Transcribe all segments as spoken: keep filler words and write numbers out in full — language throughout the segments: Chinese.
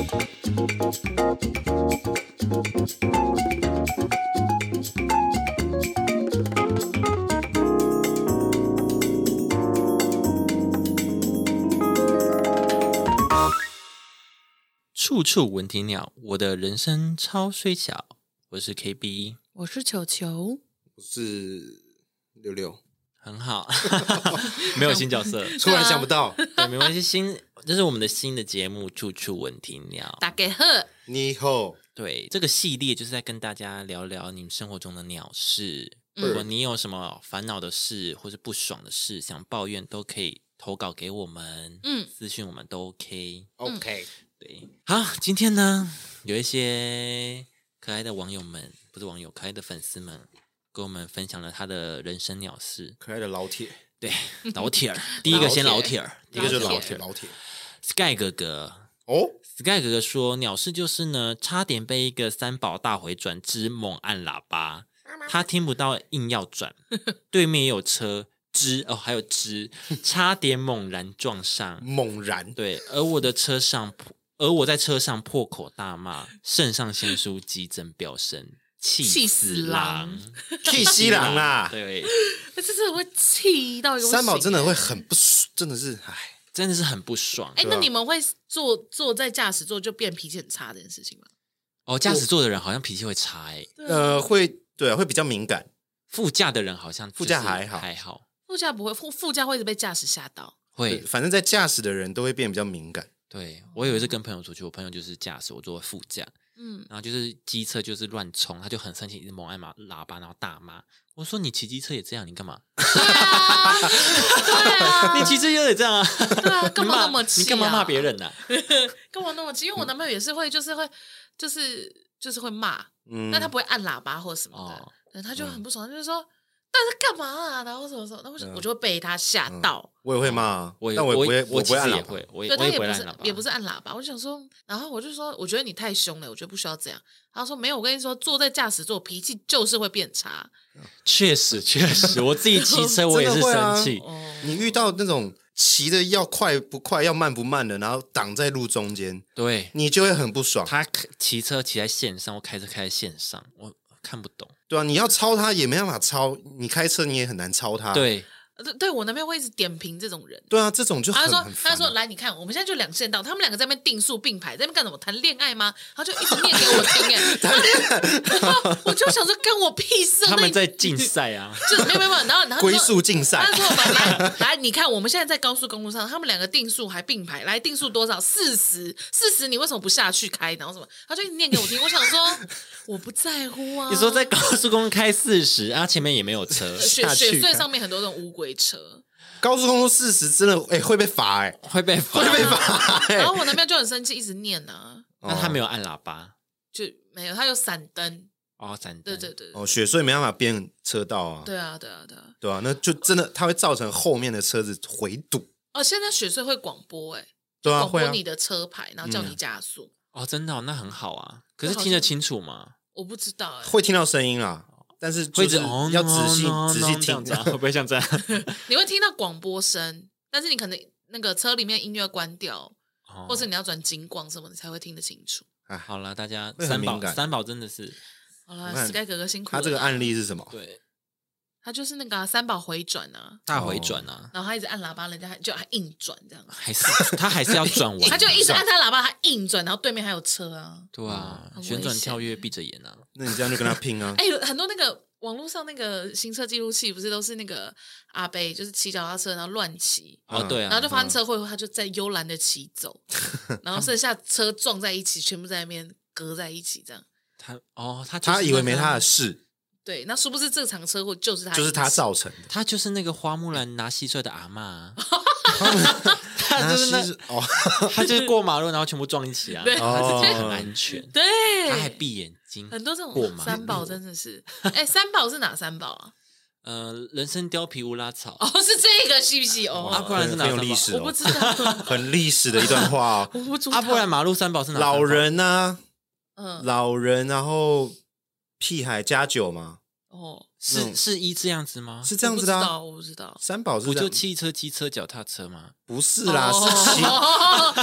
处处闻啼鸟，我的人生超衰小。我是 K B， 我是球球， 我是六六， 很好，没有新角色， 突然想不到， 对，没关系，新这是我们的新的节目《处处闻啼鸟》， 大家好， 你好， 对，这个系列就是在跟大家聊聊你们生活中的鸟事。嗯、如果你有什么烦恼的事或是不爽的事想抱怨，都可以投稿给我们，嗯，私讯我们都 OK，OK，、 okay. 对，好，今天呢有一些可爱的网友们，不是网友，可爱的粉丝们跟我们分享了他的人生鸟事。 可爱的老铁， 对，老铁儿，第一个先老铁儿， 第一个就是老铁，老铁。 Sky 哥哥哦 ，Sky 哥哥说，鸟事就是呢，差点被一个三宝大回转之猛按喇叭，他听不到硬要转，对面也有车。之哦，还有之，差点猛然撞上， 猛然对，而我的车上，而我在车上破口大骂，肾上腺素激增飙升，气死狼， 气死狼啊！ 对， 这真的会气到一个三宝真的会很不，真的是哎， 真的是很不爽。 哎，那你们会坐坐在驾驶座就变脾气很差这件事情吗？ 哦，驾驶座的人好像脾气会差哎， 呃，会对啊，会比较敏感。 副驾的人好像副驾还好， 还好。 副驾不会，副副驾会一直被驾驶吓到， 会， 反正在驾驶的人都会变比较敏感。 对，我有一次跟朋友出去，我朋友就是驾驶，我坐副驾，嗯，然后就是机车就是乱冲，他就很生气，一直猛按喇叭，然后大骂。我说你骑机车也这样，你干嘛？ 对啊，对啊， 你骑车也这样啊？ 对啊，干嘛那么气、啊？ 你干嘛骂别人呢、啊？ 干嘛那么气？因为我男朋友也是会，就是会，就是就是会骂，嗯，但他不会按喇叭或什么的，哦、他就很不爽，嗯、就是说。但是干嘛啊？然后什么什么，那我我就会被他吓到。 嗯、我也会骂， 我但我也不会， 我不会按喇叭。 我对，他也不是，也不是按喇叭。我就想说，然后我就说，我觉得你太凶了，我觉得不需要这样。他说没有，我跟你说，坐在驾驶座脾气就是会变差。 确实，确实，我自己骑车我也是生气。 啊、你遇到那种骑的要快不快，要慢不慢的，然后挡在路中间， 对你就会很不爽。 他骑车骑在线上，我开车开在线上，我看不懂。 对啊，你要超他也没办法超，你开车你也很难超他。 对， 对，对我男朋友会一直点评这种人。 对啊，这种就很他说很他说来，你看我们现在就两线道，他们两个在那边定速并排，在那边干什么？谈恋爱吗？他就一直念给我听哎，然后我就想说干我屁事。 他们在竞赛啊， 就没有没有，然后然后龟速竞赛。 他说来来，你看我们现在在高速公路上，他们两个定速还并排，来定速多少？四十，四十，你为什么不下去开？然后什么？他就一直念给我听，我想说我不在乎啊。 你说在高速公路开四十，然后前面也没有车， 雪雪隧上面很多这种乌龟车。 高速公路四十真的哎、欸、会被罚哎、欸， 会被罚， 会被罚、欸。 然后我男朋友就很生气，一直念啊。 那他没有按喇叭， 就没有，他有闪灯。 哦，闪灯， 对对对。 哦，雪隧没办法变车道啊。 对啊，对啊，对啊。 对啊，那就真的它会造成后面的车子回堵。 哦，现在雪隧会广播哎、欸， 对啊， 广播你的车牌，然后叫你加速。 嗯、哦，真的、哦，那很好啊。可是听得清楚吗？ 我不知道哎、 欸，会听到声音啦。但是就是要仔细、 哦、 仔细听， 会不会像这样？ 你会听到广播声，但是你可能那个车里面音乐关掉，哦、或是你要转警广什么，你才会听得清楚。 哎，好了，大家三宝三宝真的是好了 ，Sky 哥哥辛苦了。 他这个案例是什么？ 对， 他就是那个、啊、三宝回转啊， 大回转啊， 然后他一直按喇叭，人家就还硬转这样， 还是他还是要转完， 他就一直按他喇叭，他硬转，然后对面还有车啊， 对啊，嗯、旋转跳跃闭着眼啊， 那你这样就跟他拼啊！ 哎、欸，很多那个网络上那个行车记录器不是都是那个阿伯就是骑脚踏车然后乱骑哦对啊， 然后就发生车祸，他就在悠然的骑走，然后剩下车撞在一起，全部在那边隔在一起这样。 他哦，他、 就是、他以为没他的事。 对，那殊不知这场车祸就是他， 就是他造成的。 他就是那个花木兰拿蟋蟀的阿嬷、啊， 他就是那哦，他就是过马路然后全部撞一起啊，他自己很安全， 对， 他还闭眼睛， 很多这种三宝真的是，哎，三宝是哪三宝啊？ 呃，人参貂皮乌拉草， 哦，是这个是不是？哦， 啊，不然是哪很有历史、哦， 我不知道， 很历史的一段话、哦。 我不知道， 啊，不然马路三宝是哪？ 老人啊， 嗯， 老人，然后屁孩加酒嘛。 哦， 是是一这样子吗？ 是这样子的、 啊，我不知道， 三宝是不就汽车、机车、脚踏车吗？ 不是啦，哦、是骑，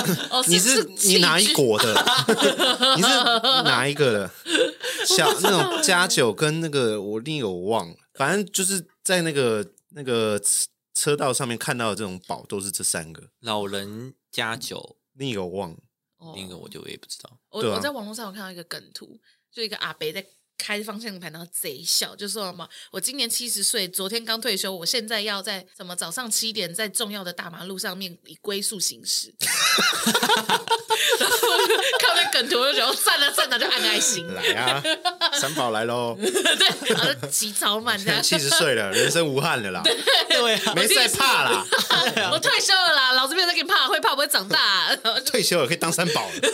哦、 你是你哪一国的？你是哪一个的？小那种加酒跟那个我另一个我忘了，反正就是在那个那个车道上面看到的这种宝都是这三个。 老人加酒， 另一个我忘了， 哦、 另一个我就我也不知道。 我、 啊、 我在网络上有看到一个梗图，就一个阿伯在开方向盘，然后贼笑，就说什么我今年七十岁，昨天刚退休，我现在要在什么早上七点在重要的大马路上面以龟速行驶。看那梗图我就觉得赞了赞了，就按爱心。 来啊，三宝来喽！ 对，然后就骑超慢这样。 七十岁了，人生无憾了啦。 对、啊， 没在怕啦。 我退休了啦，老子没有在给你怕，会怕不会长大。 退休了可以当三宝了。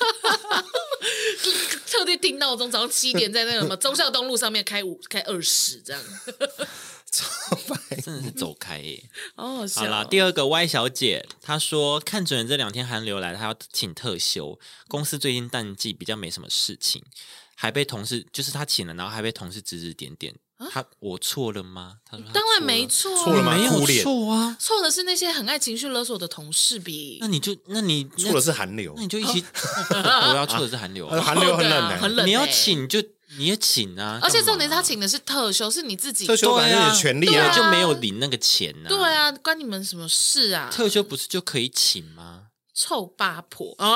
特地定闹钟，早上七点在那个什么忠孝东路上面开五开二十这样。 真的是走开耶！ 哦，好笑。 好啦，第二个 Y 小姐她说，看准这两天寒流来，她要请特休。公司最近淡季，比较没什么事情，还被同事就是她请了，然后还被同事指指点点。他我错了吗？他说他当然没错， 错了吗？ 没有错啊， 错的是那些很爱情绪勒索的同事比。 那你就那你错的是寒流， 那你就一起。我要错的是寒流， 寒流很冷， 很冷。 你要请就你也请啊， 而且重点是他请的是特休，是你自己特休，本来有权利啊， 就没有领那个钱啊。 对啊，关你们什么事啊？ 特休不是就可以请吗？ 臭八婆啊！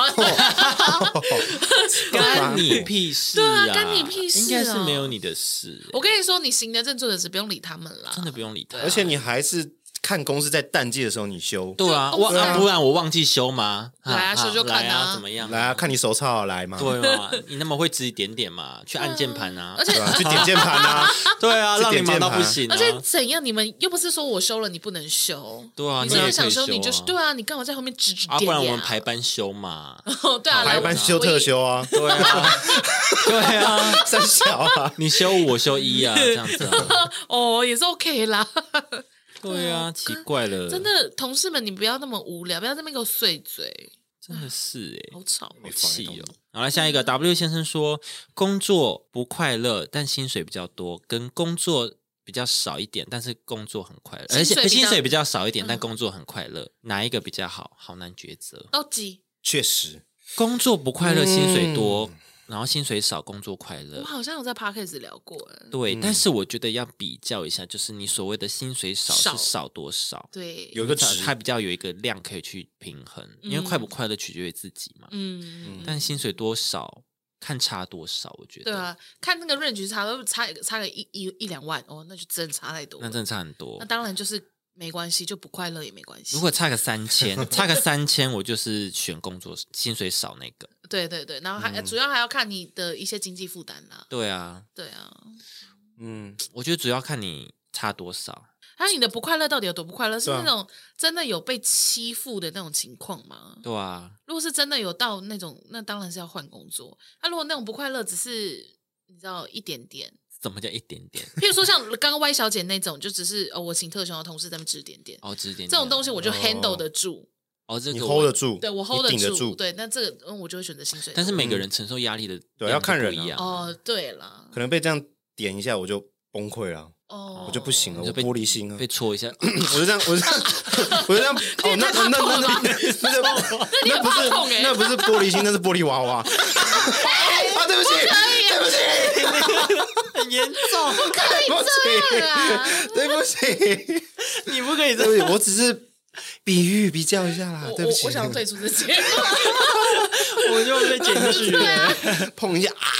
干你屁事啊！ 对啊，干你屁事！ 应该是没有你的事。 我跟你说，你行得正坐得直，不用理他们啦， 真的不用理他。 而且你还是看公司在淡季的时候你休。 对啊，我不然我忘记休吗？ 来啊，休休看啊，怎么样？ 来啊，看你手抄来嘛。 对嘛，你那么会指指点点嘛，去按键盘啊， 而且去点键盘啊， 对啊，让你忙到不行。 而且怎样？你们又不是说我休了你不能休， 对啊， 你真的想休你就是对啊，你干嘛在后面指指点点？ 啊，不然我们排班休嘛。 对啊， 排班休特休啊， 对啊，对啊， 三小啊， 你休五我休一啊，这样子啊。 哦，也是 OK 啦。 对啊，奇怪了， 真的，同事们，你不要那么无聊，不要在那边给我碎嘴， 真的是哎， 好吵， 好气哦。好了，下一个 W 先生说，工作不快乐，但薪水比较多，跟工作比较少一点，但是工作很快乐，而且薪水比较少一点，但工作很快乐，哪一个比较好？好难抉择。 都急， 确实， 工作不快乐，薪水多。然后薪水少，工作快乐。 我好像有在 podcast 聊过， 对、嗯，但是我觉得要比较一下，就是你所谓的薪水少是少多少？ 对， 有一个值， 它比较有一个量可以去平衡，嗯、因为快不快乐取决于自己嘛。嗯，但薪水多少看差多少，我觉得。 对啊，看那个 range 差都差差个一一一两万哦，那就真的差太多。 那真的差很多。 那当然就是没关系，就不快乐也没关系。 如果差个三千，差个三千，我就是选工作薪水少那个。 对对对，然后还、嗯、主要还要看你的一些经济负担啦。 对啊， 对啊， 嗯，我觉得主要看你差多少。 还有你的不快乐到底有多不快乐？是那种真的有被欺负的那种情况吗？ 对啊， 如果是真的有到那种，那当然是要换工作。那、啊、如果那种不快乐只是你知道一点点， 怎么叫一点点？ 譬如说像刚刚 Y 小姐那种，就只是哦，我请特休的同事在那边指点点， 哦，指点点这种东西我就 handle 得住。 哦，这个你 hold 得住， 对我 hold 得住, 得住， 对，那这个嗯，我就会选择薪水。 但是每个人承受压力的对要看人一样哦，对了， 可能被这样点一下我就崩溃了，哦，我就不行了，我玻璃心啊， 被戳一下， 我就这样，我就这样，我就这样，哦，那那那那那那不是那不是玻璃心，那是玻璃娃娃。啊，对不起，对不起， 很严重， 对不起， 对不起， 你不可以， 对不起，我只是。比喻比较一下啦，对不起， 我想退出这节目， 我就被剪去了， 啊、 碰一下啊！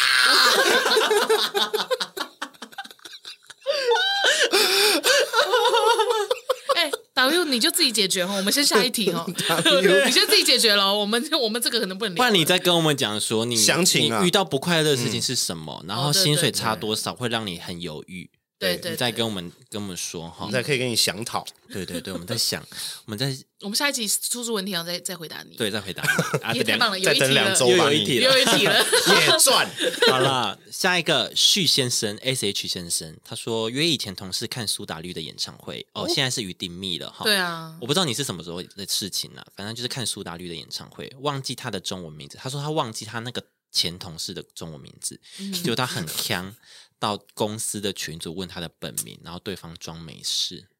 哎 ，W 你就自己解决哦，我们先下一题哦，你先自己解决了，我们我们这个可能不能聊。 不然你再跟我们讲说你详情啊， 你遇到不快乐的事情是什么，嗯、然后薪水差多少会让你很犹豫。 对 对, 对， 你再跟我们跟我们说哈， 我们再可以跟你详讨。 对对对，我们在想，我们在我们下一集出出问题，然后再再回答你。 对，再回答你。 啊，也太棒了， 再等两周吧， 又有一题了， 又有一题了， 也赚。 好啦，下一个许先生 S H 先生，他说约以前同事看苏打绿的演唱会，哦，哦现在是于丁密了哈。 对啊， 我不知道你是什么时候的事情啦，反正就是看苏打绿的演唱会，忘记他的中文名字。他说他忘记他那个前同事的中文名字，嗯、结果他很呛。到公司的群组问他的本名，然后对方装没事。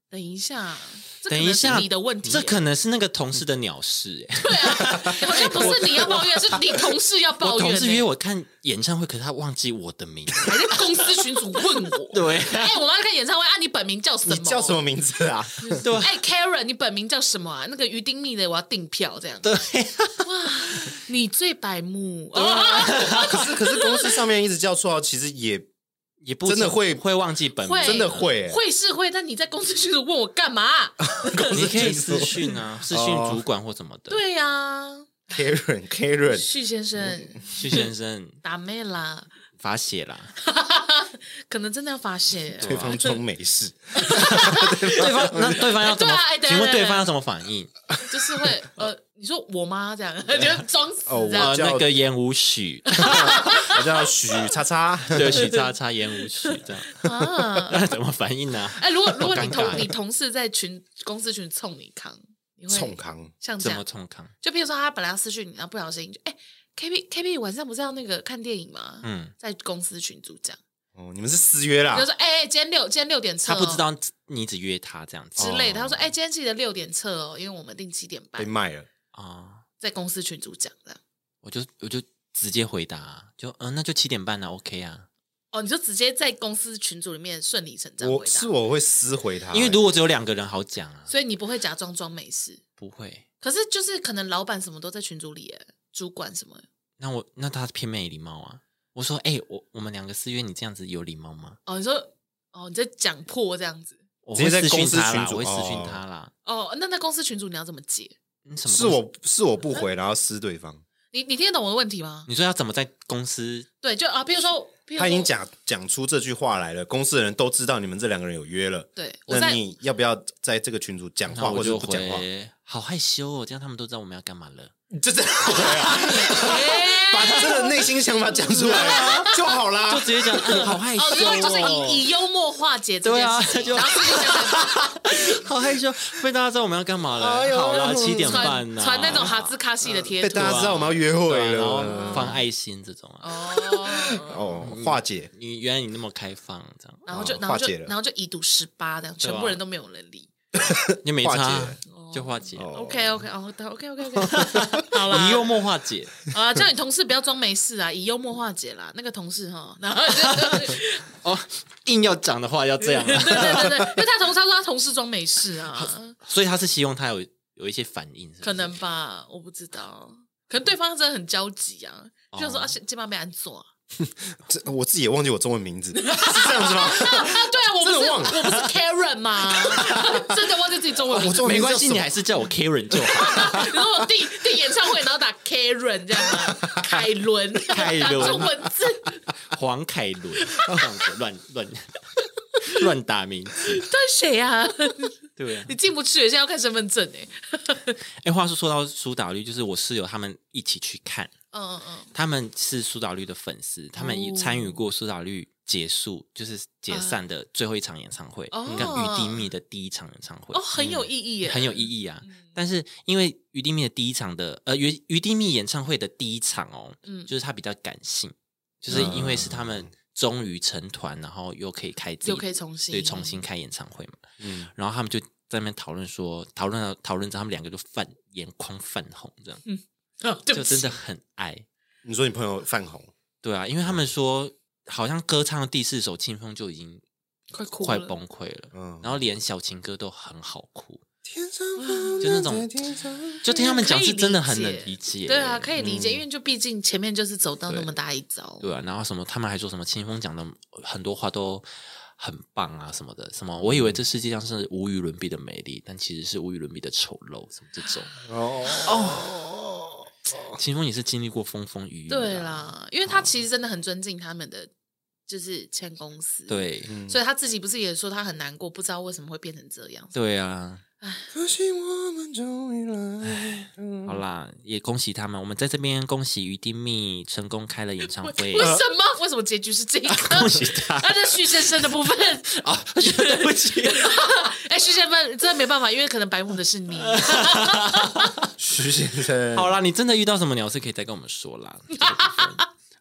等一下， 等一下， 你的问题， 这可能是那个同事的鸟事哎。 对啊，好像不是你要抱怨，是你同事要抱怨。 我同事约我看演唱会，可是他忘记我的名字， 还在公司群组问我。 对， 哎，我们要看演唱会啊，你本名叫什么？ 你叫什么名字啊？ 对， 哎 ，Karen， 你本名叫什么啊？那个于丁密的，我要订票这样。 对， 哇，你最白目。 可是可是公司上面一直叫错，其实也。 也不真的会会忘记本名， 真的会会是会，但你在公司群组问我干嘛？ 你可以私讯啊，私讯主管或什么的。 对呀、啊、 ，Karen Karen， 许先生， 许先生打妹啦， 罚写啦， 可能真的要罚写。 对方装没事， 对方那对方要怎么？ 对啊对对对请问对方要怎么反应？ 就是会呃，你说我妈这样，就装死这样。 哦、那个言无许， 我叫许叉叉， 对，许叉叉言无许这样啊，那怎么反应呢、啊？ 哎、欸，如果如果你同你同事在群公司群冲你扛，你会冲扛， 像这样怎么冲扛？ 就比如说他本来要私讯你，然后不小心就哎、欸、，K P K P 晚上不是要那个看电影吗？嗯，在公司群组这样。 哦，你们是私约啦？ 比如说，哎、欸，今天六今天六点测、哦， 他不知道你只约他这样子之类的。他说，哎、欸，今天记得六点测哦，因为我们定七点半。 被卖了啊、哦， 在公司群组讲的， 我就我就直接回答，就嗯、呃，那就七点半啊 ，OK 啊。 哦，你就直接在公司群组里面顺理成章回答。 我是我会私回他， 因为如果只有两个人好讲啊， 所以你不会假装装没事， 不会。 可是就是可能老板什么都在群组里耶，主管什么， 那我那他偏没礼貌啊。我说，哎、欸，我我们两个私约，你这样子有礼貌吗？ 哦，你说，哦，你在讲破这样子， 我会私讯他啦， 我会私讯他啦。 哦，那那公司群组你要怎么解？ 嗯、什么是我是我不回，然后私对方。 你你听得懂我的问题吗？ 你说要怎么在公司？ 对，就啊，比如说， 他已经讲讲出这句话来了，公司的人都知道你们这两个人有约了。 对， 那你要不要在这个群组讲话，或者不讲话？ 好害羞哦，这样他们都知道我们要干嘛了。 就这样，把真的内心想法讲出来就好啦， 就直接讲，嗯、好害羞哦， 哦就是以以幽默化解这件事情， 对啊， 然后自己讲好害羞，被大家知道我们要干嘛了。哎、好啦，七点半呐、啊， 传那种哈兹卡西的贴图， 被大家知道我们要约会了， 然后放爱心这种啊。 哦哦，化解， 你原来你那么开放，这样， 然后就然后就然后就已读十八这样，全部人都没有人理， 你没差。就化解、 哦、，OK OK 哦 OK OK OK， 好了， 以幽默化解啊，叫你同事不要装没事啊，以幽默化解啦。那个同事哈，然后哦，硬要讲的话要这样、啊， 对对对对，因为他同他说他同事装没事啊， 所以他是希望他有有一些反应是不是， 可能吧，我不知道，可能对方真的很焦急啊，就想说、哦、啊，这帮被安做、啊。 这我自己也忘记我中文名字，是这样子吗？ 对啊，我不是我不是 Karen 吗？真的忘记自己中文名字， 没关系，你还是叫我 Karen 就好。 你说我订订演唱会，然后打 Karen 这样吗？凯伦， 凯伦， 中文字， 黄凯伦，这样子乱乱乱打名字， 对谁啊？ 对啊， 你进不去，现在要看身份证哎。 哎，话说说到苏打绿，就是我室友他们一起去看。嗯嗯嗯，他们是苏打绿的粉丝，他们也参与过苏打绿结束就是解散的最后一场演唱会， 哦、 跟于丁密的第一场演唱会， 哦，很有意义耶， 嗯、很有意义啊。嗯、但是因为于丁密的第一场的呃于于丁密演唱会的第一场哦，嗯，就是他比较感性，就是因为是他们终于成团，然后又可以开自己， 又可以重新对重新开演唱会嘛，嗯，然后他们就在那边讨论说，讨论讨论着他们两个就泛眼眶泛红这样，嗯。 哦、 就真的很爱。 你说你朋友泛红， 对啊，因为他们说好像歌唱的第四首《清风》就已经快哭快崩溃了，嗯，然后连小情歌都很好哭， 天上就那种，就听他们讲是真的很能理解， 对啊，可以理解，嗯、因为就毕竟前面就是走到那么大一遭， 对, 对啊，然后什么他们还说什么清风讲的很多话都很棒啊什么的，什么我以为这世界上是无与伦比的美丽，但其实是无与伦比的丑陋，什么这种哦哦，清风也是经历过风风雨雨， 对啦，因为他其实真的很尊敬他们的就是前公司， 对， 嗯、所以他自己不是也说他很难过，不知道为什么会变成这样， 对啊。 可惜我们终于来， 好啦，也恭喜他们。我们在这边恭喜于丁密成功开了演唱会。 为什么？为什么结局是这个？ 啊、恭喜他！ 那是徐先生的部分啊，对不起。 哎，徐先生真的没办法，因为可能白目的是你。 徐先生， 好啦，你真的遇到什么鸟事可以再跟我们说啦。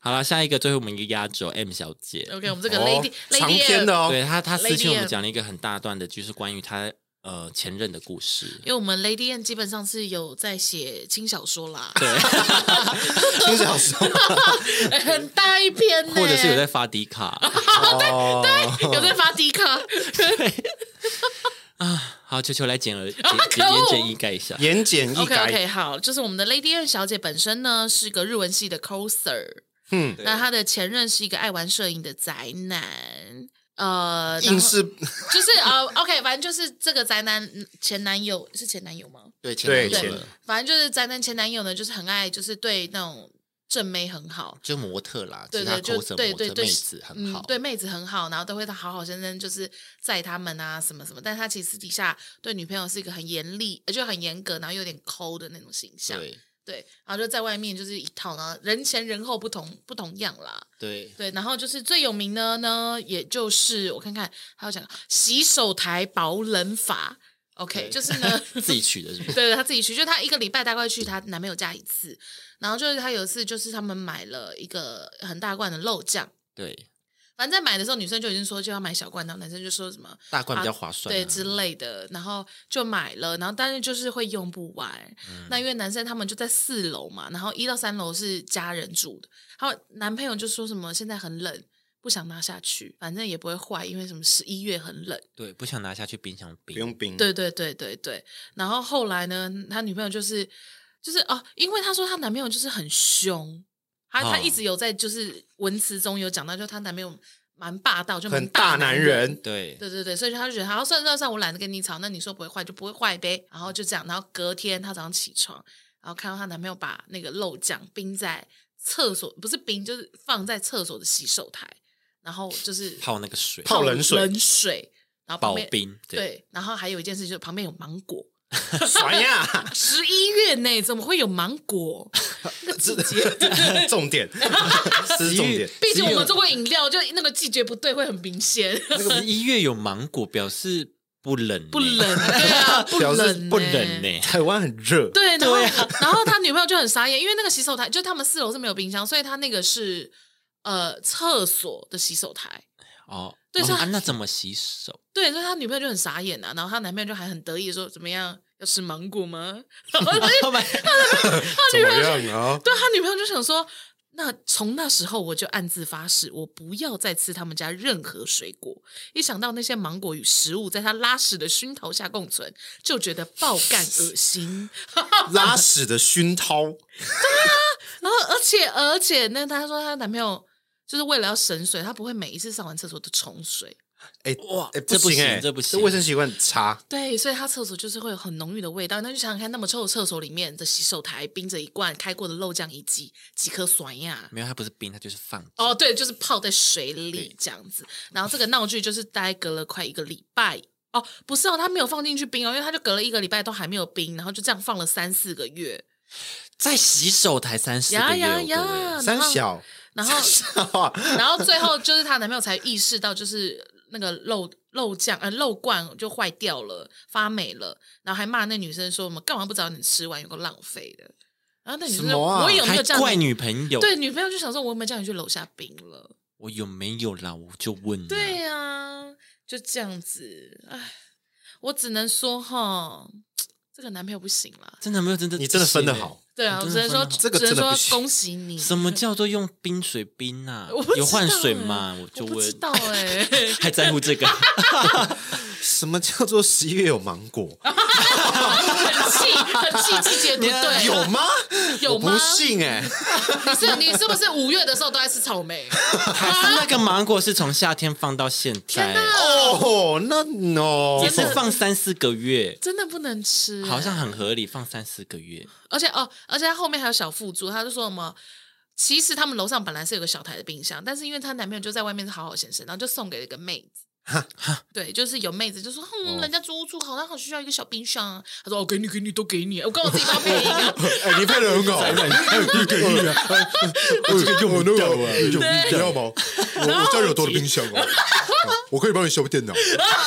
好了，下一个最后我们一个压轴 M 小姐。 OK， 我们这个 Lady、哦、 长篇的哦， 对她她私信我们讲了一个很大段的，就是关于她呃前任的故事。 因为我们 Lady M 基本上是有在写轻小说啦， 对， 轻小说很大一篇呢， 或者是有在发迪卡， 哦、对对，有在发迪卡。 对啊，好，球球来简而简言简意赅一下， 言简意赅。 OK OK， 好，就是我们的 Lady M 小姐本身呢是个日文系的 coser， 嗯，那她的前任是一个爱玩摄影的宅男，呃， 硬是就是呃 OK， 反正就是这个宅男前男友是前男友吗？ 对，前男友对，反正就是宅男前男友呢，就是很爱，就是对那种。正妹很好， 就模特啦， 对对，就对对对， 妹子很好、 嗯，对妹子很好，然后都会好好先生就是载他们啊什么什么，但他其实私底下对女朋友是一个很严厉，就很严格，然后有点抠的那种形象， 对对，然后就在外面就是一套，然后人前人后不同不同样啦， 对对，然后就是最有名的呢，也就是我看看还有讲洗手台保冷法。OK， 就是呢， 自己取的是不是？ 对，他自己取，就他一个礼拜大概去他男朋友家一次，然后就是他有一次就是他们买了一个很大罐的肉酱， 对， 反正在买的时候女生就已经说就要买小罐，然后男生就说什么大罐比较划算、啊啊，对之类的，然后就买了，然后但是就是会用不完，嗯、那因为男生他们就在四楼嘛，然后一到三楼是家人住的，然后男朋友就说什么现在很冷。不想拿下去，反正也不会坏，因为什么十一月很冷。 对，不想拿下去冰箱冰， 不用冰。 对对对对对。然后后来呢，他女朋友就是就是哦，因为他说他男朋友就是很凶，他、哦、他一直有在就是文词中有讲到，就他男朋友蛮霸道，就很大男人。 对对对对，所以他就觉得，好，算算算，我懒得跟你吵，那你说不会坏就不会坏呗。然后就这样，然后隔天她早上起床，然后看到她男朋友把那个肉酱冰在厕所，不是冰，就是放在厕所的洗手台。然后就是泡那个水， 泡冷水， 冷水，然后保冰， 对，对，然后还有一件事就是旁边有芒果， 爽呀！ 十一月内怎么会有芒果？ 这重点，这是重点。 毕竟我们做过饮料，就那个季节不对会很明显。 那个一月有芒果，表示不冷、欸， 不冷，对啊，不冷、欸， 不冷呢、欸。 台湾很热， 对，然后、啊、然后他女朋友就很傻眼，因为那个洗手台就他们四楼是没有冰箱，所以他那个是。呃，厕所的洗手台哦， 对， 哦啊，那怎么洗手？ 对，所以他女朋友就很傻眼啊，然后他男朋友就还很得意说：“怎么样，要吃芒果吗？”然后他他怎么样啊？ 对他女朋友就想说：“那从那时候我就暗自发誓，我不要再吃他们家任何水果。一想到那些芒果与食物在他拉屎的熏陶下共存，就觉得爆干恶心。 拉屎的熏陶，对啊，然后而且而且那他说他男朋友。”就是为了要省水，他不会每一次上完厕所都冲水。 哎、欸、哇，哎、欸、 这不行， 欸、 这不行， 这卫生习惯差。 对，所以他厕所就是会有很浓郁的味道。那就想想看，那么臭的厕所里面的洗手台冰着一罐开过的肉酱以及几颗酸呀？ 没有，它不是冰，它就是放。 哦，对，就是泡在水里这样子。然后这个闹剧就是大概隔了快一个礼拜。哦，不是哦，他没有放进去冰哦，因为他就隔了一个礼拜都还没有冰，然后就这样放了三四个月。 在洗手台三四个月， 呀呀呀， 三小。 然后，然后最后就是她男朋友才意识到，就是那个肉肉酱呃肉罐就坏掉了，发霉了，然后还骂那女生说：“我们干嘛不早点吃完，有个浪费的。”然后那女生说：“ 啊、 我有没有这样？” 怪女朋友， 对，女朋友就想说：“我有没有叫你去楼下冰了？” 我有没有啦？我就问。 对呀、啊，就这样子，哎，我只能说哈，这个男朋友不行啦， 这男朋友真的， 你真的分得好。 对啊，我只能说， 这个真的不行， 恭喜你。 什么叫做用冰水冰啊？ 欸、 有换水吗？我就问。 我不知道哎、欸， 还在乎这个？ 什么叫做十一月有芒果？ 很气，很气，季节不对。 有吗？ 有吗？ 我不信哎、 欸。你是你是不是五月的时候都在吃草莓？ 还是那个芒果是从夏天放到现在？ 哦，那 no 也是放三四个月， 真的不能吃、欸， 好像很合理，放三四个月。 而且哦，而且他后面还有小附注，他就说什么？其实他们楼上本来是有个小台的冰箱，但是因为她男朋友就在外面是好好先生，然后就送给了一个妹子。对，就是有妹子就说，嗯，哦、人家租屋处好像好需要一个小冰箱、啊。他说，哦，给你，给你，都给你。我刚好自己帮配音啊。 哎，你配的很好，你给你啊，我这个用不到啊，用不要吗？我我家里有多的冰箱哦，我可以帮你修电脑。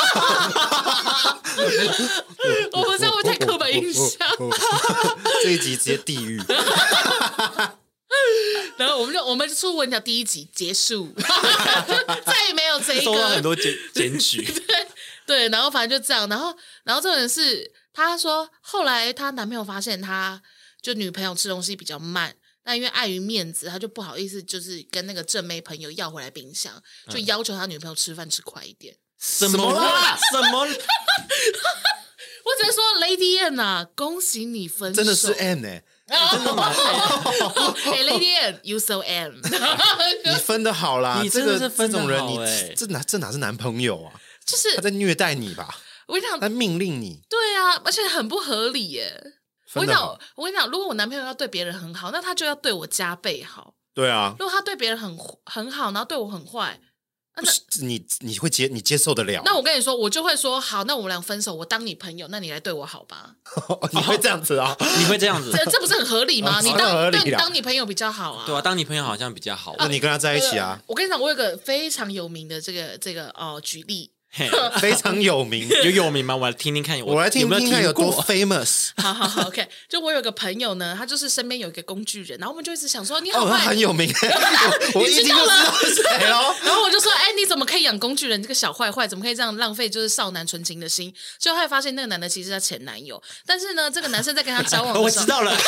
我们这样会太刻板印象。 这一集直接地狱。 然后我们就我们出文条第一集结束，再也没有这一个， 收到很多检检举。 对对，然后反正就这样，然后然后这个人是她说，后来她男朋友发现她就女朋友吃东西比较慢。但因为碍于面子，他就不好意思，就是跟那个正妹朋友要回来冰箱，就要求他女朋友吃饭吃快一点。 什么啦？什么？我只能说 ，Lady M 啊，恭喜你分手， 真的是 M 哎、欸， 真的吗？ 哎 ，Lady M，you so M， 你分的好啦， 你真的是分得好、欸、 这种人，你这哪这哪是男朋友啊？ 就是他在虐待你吧？ 我跟你讲， 他命令你。 对啊，而且很不合理耶。我跟你讲，我跟你讲，如果我男朋友要对别人很好，那他就要对我加倍好。 对啊， 如果他对别人很很好，然后对我很坏， 那你你会接你接受得了、啊？ 那我跟你说，我就会说好，那我们俩分手，我当你朋友，那你来对我好吧？ 你会这样子啊？ 你会这样子？ 这这不是很合理吗？ 哦、 你当合理对当你朋友比较好啊。 对啊，当你朋友好像比较好。 那、啊、你跟他在一起啊？ 我跟你讲，我有个非常有名的这个这个哦举例。 非常有名， 有有名吗？我来听听看， 我, 我来听听看有多 famous。 好好好 ，OK。就我有个朋友呢，他就是身边有一个工具人，然后我们就一直想说，你好坏， 哦、他很有名，我一听就知道是谁喽。 然后我就说，哎、欸，你怎么可以养工具人？这个小坏坏，怎么可以这样浪费就是少男纯情的心？最后还发现那个男的其实是他前男友，但是呢，这个男生在跟他交往的时候， 我知道了。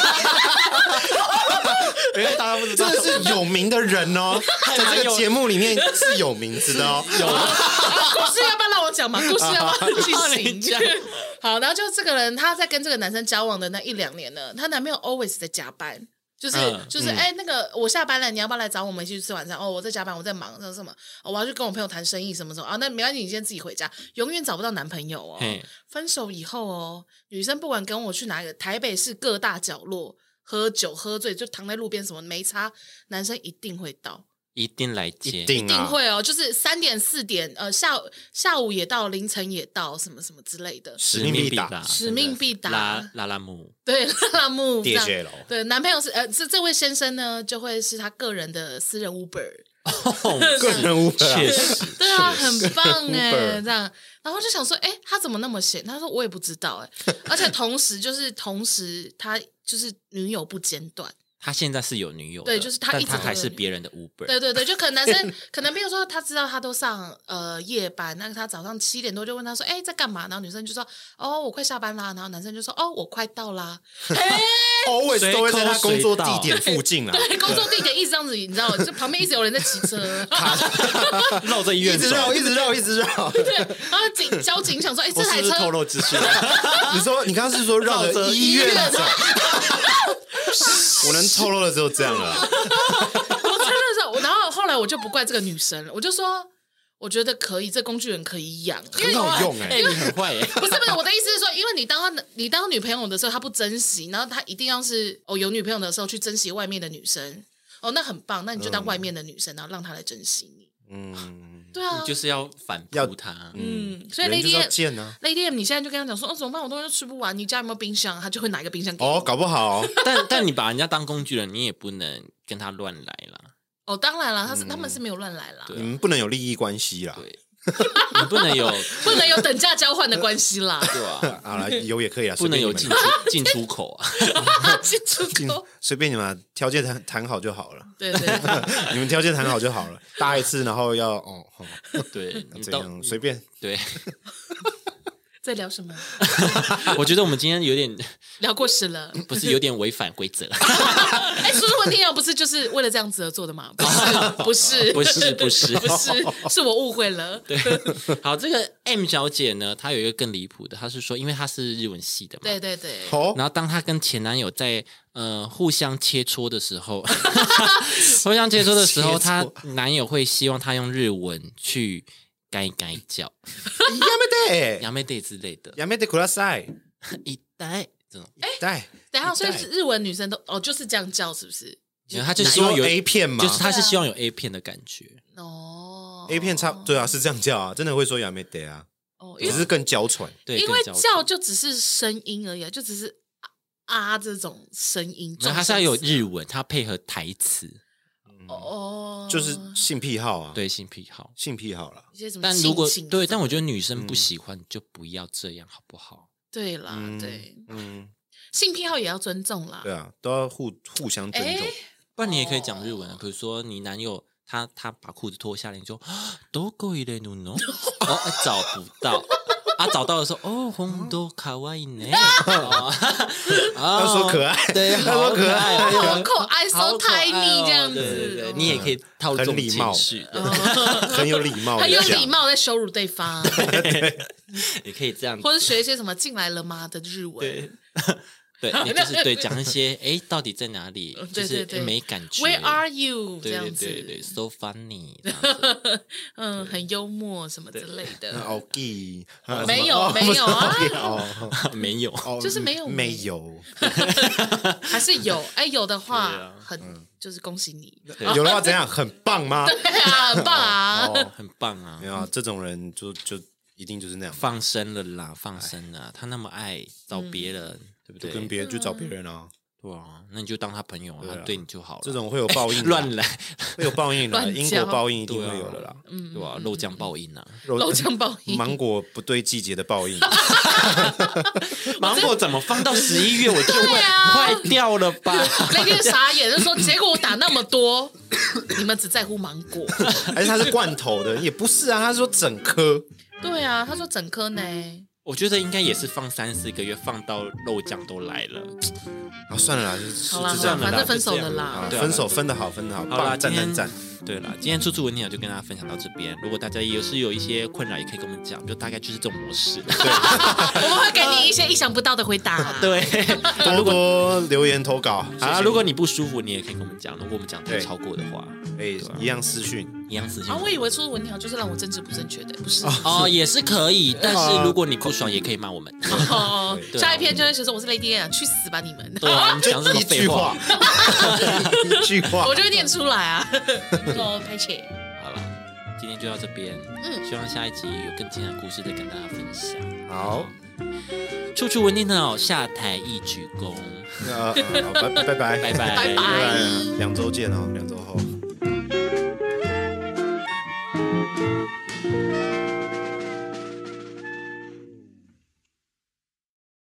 因为大家不知道， 这是有名的人哦，在这个节目里面是有名字的哦。 有故事要不要让我讲嘛？故事要不要进行？好，然后就这个人他在跟这个男生交往的那一两年呢，她男朋友 always 在加班。就是、嗯、就是哎、欸，那个我下班了，你要不要来找我们一起去吃晚餐？哦，我在加班，我在忙，那什么、哦，我要去跟我朋友谈生意什么什么啊？那没关系，你先自己回家。永远找不到男朋友哦。分手以后哦，女生不管跟我去哪个台北市各大角落喝酒喝醉，就躺在路边什么没差，男生一定会到。 一定来接， 一定、啊、 一定会哦，就是三点四点，呃，下午下午也到，凌晨也到，什么什么之类的， 使命必达， 使命必达。 拉拉拉木， 对，拉拉木， D J 咯。 对，男朋友是呃，是这位先生呢，就会是他个人的私人 Uber，、 哦、个人 Uber， 确实， 对啊，很棒哎，这样。然后就想说，哎，他怎么那么闲？他说我也不知道哎，而且同时就是同时他就是女友不间断。 他现在是有女友的， 对，就是他一直但他还是别人的 Uber。 对对对，就可能男生可能比如说他知道他都上呃夜班，那他早上七点多就问他说：“哎，在干嘛？”然后女生就说：“哦，我快下班啦。”然后男生就说：“哦，我快到啦。”哎 ，always 都会在他工作地点附近啦。 对，工作地点一直这样子，你知道，就旁边一直有人在骑车， 绕着医院走， 一直绕，一直绕，一直绕。 对，然后警交警想说：“哎，这台车是是透露资讯。” 你说你刚刚是说绕着医院走？我能透露的只有这样了。 我真的是，然后后来我就不怪这个女生了，我就说，我觉得可以，这工具人可以养， 很好用哎、 欸，你很坏哎、欸。 不是不是，我的意思是说，因为你当他你当女朋友的时候，他不珍惜，然后他一定要是哦有女朋友的时候去珍惜外面的女生，哦那很棒，那你就当外面的女生，然后让他来珍惜你。嗯，对啊， 你就是要反扑他。 嗯，所以 Lady M，Lady M， 你现在就跟他讲说，哦怎么办？我东西都吃不完，你家有没有冰箱？他就会拿一个冰箱给你。 哦，搞不好。 但但你把人家当工具人，你也不能跟他乱来啦。 哦，当然了，他是、嗯、他们是没有乱来啦。 你们不能有利益关系啦。 对。你不能有不能有等价交换的关系啦， 对吧？ 好了，有也可以啊， 不能有进出进出口啊， 进出口随便你们条件谈谈好就好了。 对对， 你们条件谈好就好了，搭一次然后要哦哦， 对， 这样随便对。 在聊什么？ 我觉得我们今天有点聊过时了， 不是有点违反规则？ 哎，叔叔问天瑶不是就是为了这样子而做的吗？不是， 不是，不是， 不是，是我误会了。 对，好，这个 M 小姐呢，她有一个更离谱的，她是说，因为她是日文系的嘛， 对对对， 哦、 然后当她跟前男友在呃互相切磋的时候，互相切磋的时候，她男友会希望她用日文去。该该叫， やめて， やめて之类的， やめてください， 一代这种， 哎， 代， 等一下，所以日文女生都哦就是这样叫，是不是？ 他就希望有 A 片嘛， 就是他是希望有 A 片的感觉哦 ，A 片差对啊，是这样叫啊，真的会说やめて啊，哦，只是更娇喘， 对， 因为叫就只是声音而已，就只是啊这种声音， 他是要有日文，他配合台词。 哦， 就是性癖好啊， 对，性癖好， 性癖好啦。 但如果对，但我觉得女生不喜欢，就不要这样，好不好？ 对啦，对，嗯，性癖好也要尊重啦。 对啊，都要互互相尊重。 不然你也可以讲日文啊，比如说你男友他他把裤子脱下来，你就どこ入れるの？哦，找不到。啊，找到的时候，哦，红豆卡哇伊呢？ 他说可爱， 对， 他说可爱， 好可爱 ，so tiny 这样子。 对对，你也可以套这种情绪， 很有礼貌， 很有礼貌在羞辱对方。 对，也可以这样， 或者学一些什么进来了吗的日文。 对。对，你就是对讲一些，哎，到底在哪里？就是没感觉。 Where are you？ 这样子， 对对对 ，so funny， 嗯，很幽默什么之类的。 OK， 没有没有啊， 没有， 就是没有没有， 还是有？哎，有的话很就是恭喜你。 有的话怎样？很棒吗？ 对啊，很棒啊， 很棒啊！ 没有这种人就就一定就是那样， 放生了啦，放生了。他那么爱找别人。对不对？ 跟别人去找别人啊， 对啊，那你就当他朋友啊，他对你就好了。 这种会有报应， 乱来会有报应的，因果报应一定会有的啦， 对吧？肉酱报应啊， 肉酱报应， 芒果不对季节的报应。 芒果怎么放到十一月我就会坏掉了吧？ 那天傻眼，就说结果我打那么多，你们只在乎芒果， 还是他是罐头的？也不是啊，他说整颗。 对啊，他说整颗呢。 我觉得应该也是放三四个月，放到肉酱都来了。 啊，算了啦， 就好啦，就这样了啦，反正分手了啦。 分手分得好，分得好， 好啦， 赞赞赞。 对了，今天处处闻鸟就跟大家分享到这边。如果大家也是有一些困扰，也可以跟我们讲，就大概就是这种模式。 我们会给你一些意想不到的回答。 对， 多多留言投稿。 好，如果你不舒服，你也可以跟我们讲。如果我们讲太超过的话， 哎，一样私讯， 一样私讯。 啊，我以为处处闻鸟就是让我政治不正确的，不是？ 哦，也是可以，但是如果你不爽，也可以骂我们。 哦，下一篇就会写说我是雷迪亚，去死吧你们！ 对啊，你讲什么废话？ 一句话， 我就会念出来啊。哦，拍切。 好了，今天就到这边。嗯，希望下一集有更精彩的故事再跟大家分享。 好， 处处闻鸟，下台一鞠躬。 呃，拜拜拜拜拜拜拜， 两周见哦，两周后。